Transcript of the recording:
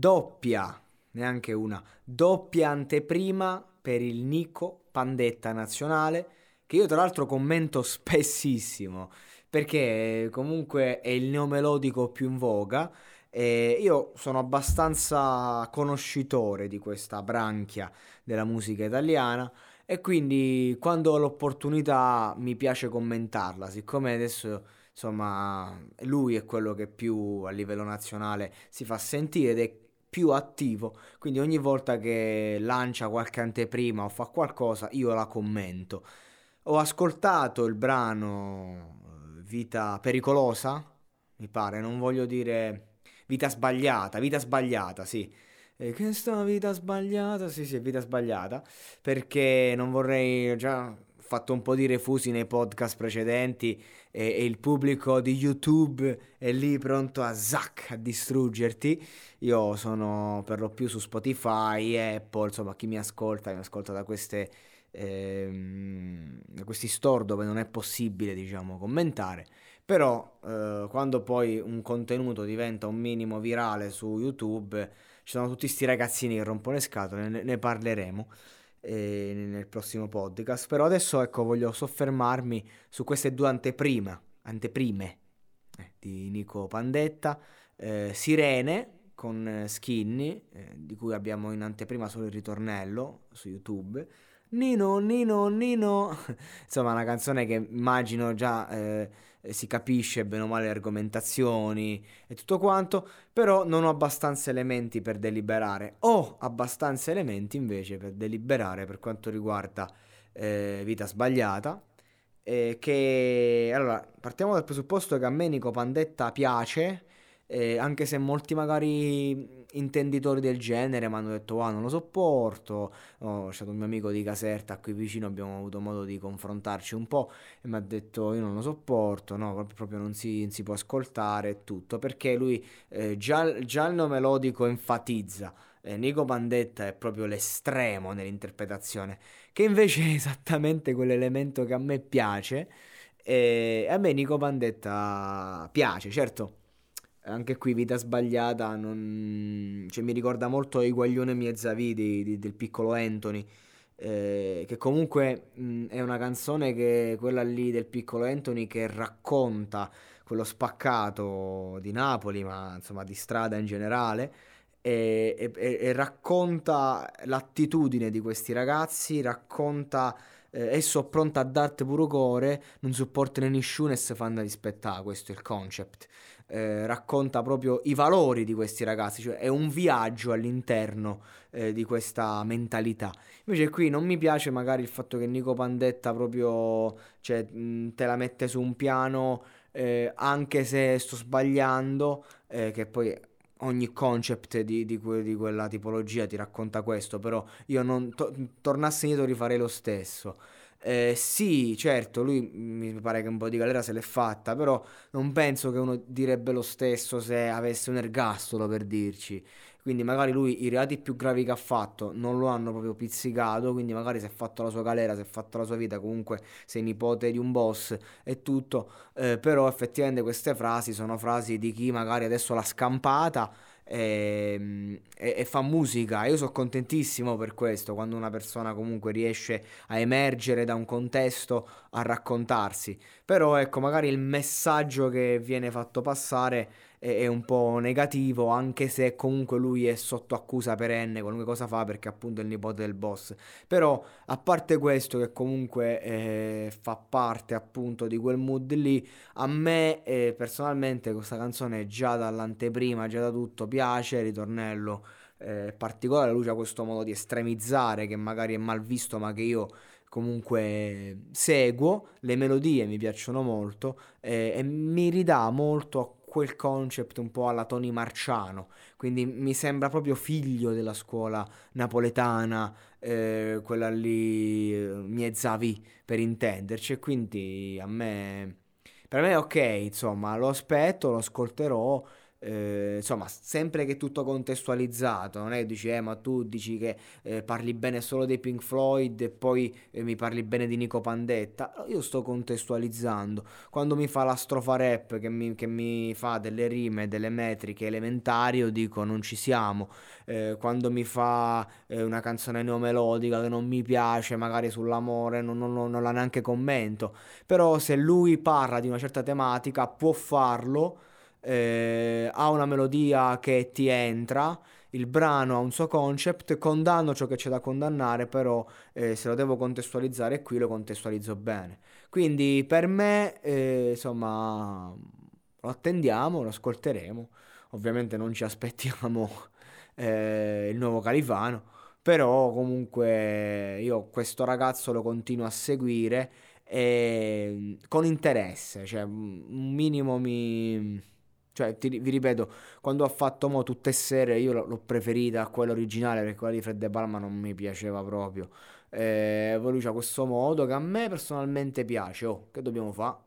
doppia, neanche una, doppia anteprima per il Nico Pandetta nazionale, che io tra l'altro commento spessissimo, perché comunque è il neomelodico più in voga. E io sono abbastanza conoscitore di questa branchia della musica italiana e quindi quando ho l'opportunità mi piace commentarla, siccome adesso insomma lui è quello che più a livello nazionale si fa sentire ed è più attivo, quindi ogni volta che lancia qualche anteprima o fa qualcosa io la commento. Ho ascoltato il brano Vita pericolosa, mi pare, non voglio dire vita sbagliata, sì. Questa vita sbagliata, sì, sì, è vita sbagliata, perché non vorrei, ho già fatto un po' di refusi nei podcast precedenti e il pubblico di YouTube è lì pronto a zac, a distruggerti. Io sono per lo più su Spotify, Apple, insomma, chi mi ascolta da questi store dove non è possibile, diciamo, commentare. Però quando poi un contenuto diventa un minimo virale su YouTube, ci sono tutti sti ragazzini che rompono le scatole, ne parleremo nel prossimo podcast. Però adesso ecco voglio soffermarmi su queste due anteprime di Nico Pandetta, Sirene con Skinny, di cui abbiamo in anteprima solo il ritornello su YouTube. Nino, Nino, Nino. Insomma, una canzone che immagino già si capisce bene o male le argomentazioni e tutto quanto, però non ho abbastanza elementi per deliberare. Ho abbastanza elementi invece per deliberare per quanto riguarda Vita Sbagliata. Che allora partiamo dal presupposto che a me Nico Pandetta piace, anche se molti magari intenditori del genere mi hanno detto non lo sopporto. C'è stato un mio amico di Caserta qui vicino, abbiamo avuto modo di confrontarci un po' e mi ha detto io non lo sopporto, no, proprio non si può ascoltare e tutto, perché lui già il nome melodico enfatizza. Nico Pandetta è proprio l'estremo nell'interpretazione, che invece è esattamente quell'elemento che a me piace. E a me Nico Pandetta piace, certo. Anche qui Vita Sbagliata cioè, mi ricorda molto I Guaglione Miezza del piccolo Anthony, che comunque è una canzone che quella lì del piccolo Anthony che racconta quello spaccato di Napoli, ma insomma di strada in generale, e racconta l'attitudine di questi ragazzi, racconta esso pronto a darti pure cuore, non supportano nessuno e si fanno rispettare, questo è il concept. Racconta proprio i valori di questi ragazzi, cioè è un viaggio all'interno di questa mentalità. Invece qui non mi piace magari il fatto che Nico Pandetta proprio, cioè, te la mette su un piano, anche se sto sbagliando, che poi ogni concept di quella tipologia ti racconta questo, però io non tornassi indietro rifarei lo stesso. Sì, certo, lui mi pare che un po' di galera se l'è fatta, però non penso che uno direbbe lo stesso se avesse un ergastolo per dirci. Quindi magari lui i reati più gravi che ha fatto non lo hanno proprio pizzicato, quindi magari si è fatto la sua galera, si è fatto la sua vita, comunque sei nipote di un boss e tutto, però effettivamente queste frasi sono frasi di chi magari adesso l'ha scampata e fa musica. Io sono contentissimo per questo, quando una persona comunque riesce a emergere da un contesto, a raccontarsi. Però ecco, magari il messaggio che viene fatto passare è un po' negativo, anche se comunque lui è sotto accusa perenne, qualunque cosa fa, perché appunto è il nipote del boss. Però a parte questo, che comunque fa parte appunto di quel mood lì, a me personalmente questa canzone già dall'anteprima, già da tutto piace, il ritornello particolare, lui ha questo modo di estremizzare che magari è mal visto ma che io comunque seguo, le melodie mi piacciono molto e mi ridà molto a quel concept un po' alla Tony Marciano, quindi mi sembra proprio figlio della scuola napoletana, quella lì Miezavi per intenderci, e quindi per me è ok, insomma, lo aspetto, lo ascolterò, insomma, sempre che è tutto contestualizzato, non è che dici, ma tu dici che parli bene solo dei Pink Floyd e poi mi parli bene di Nico Pandetta. No, io sto contestualizzando. Quando mi fa la strofa rap che mi fa delle rime, delle metriche elementari, io dico non ci siamo. Quando mi fa una canzone neomelodica che non mi piace, magari sull'amore, non la neanche commento. Però se lui parla di una certa tematica, può farlo, ha una melodia che ti entra, il brano ha un suo concept, condanno ciò che c'è da condannare, però se lo devo contestualizzare qui lo contestualizzo bene. Quindi per me, insomma, lo attendiamo, lo ascolteremo. Ovviamente non ci aspettiamo il nuovo Califano, però comunque io questo ragazzo lo continuo a seguire con interesse, cioè un minimo mi... Cioè, vi ripeto, quando ho fatto mo tutte serie io l'ho preferita a quella originale perché quella di Fred De Palma non mi piaceva proprio. Poi lui c'ha questo modo che a me personalmente piace. Oh, che dobbiamo fare?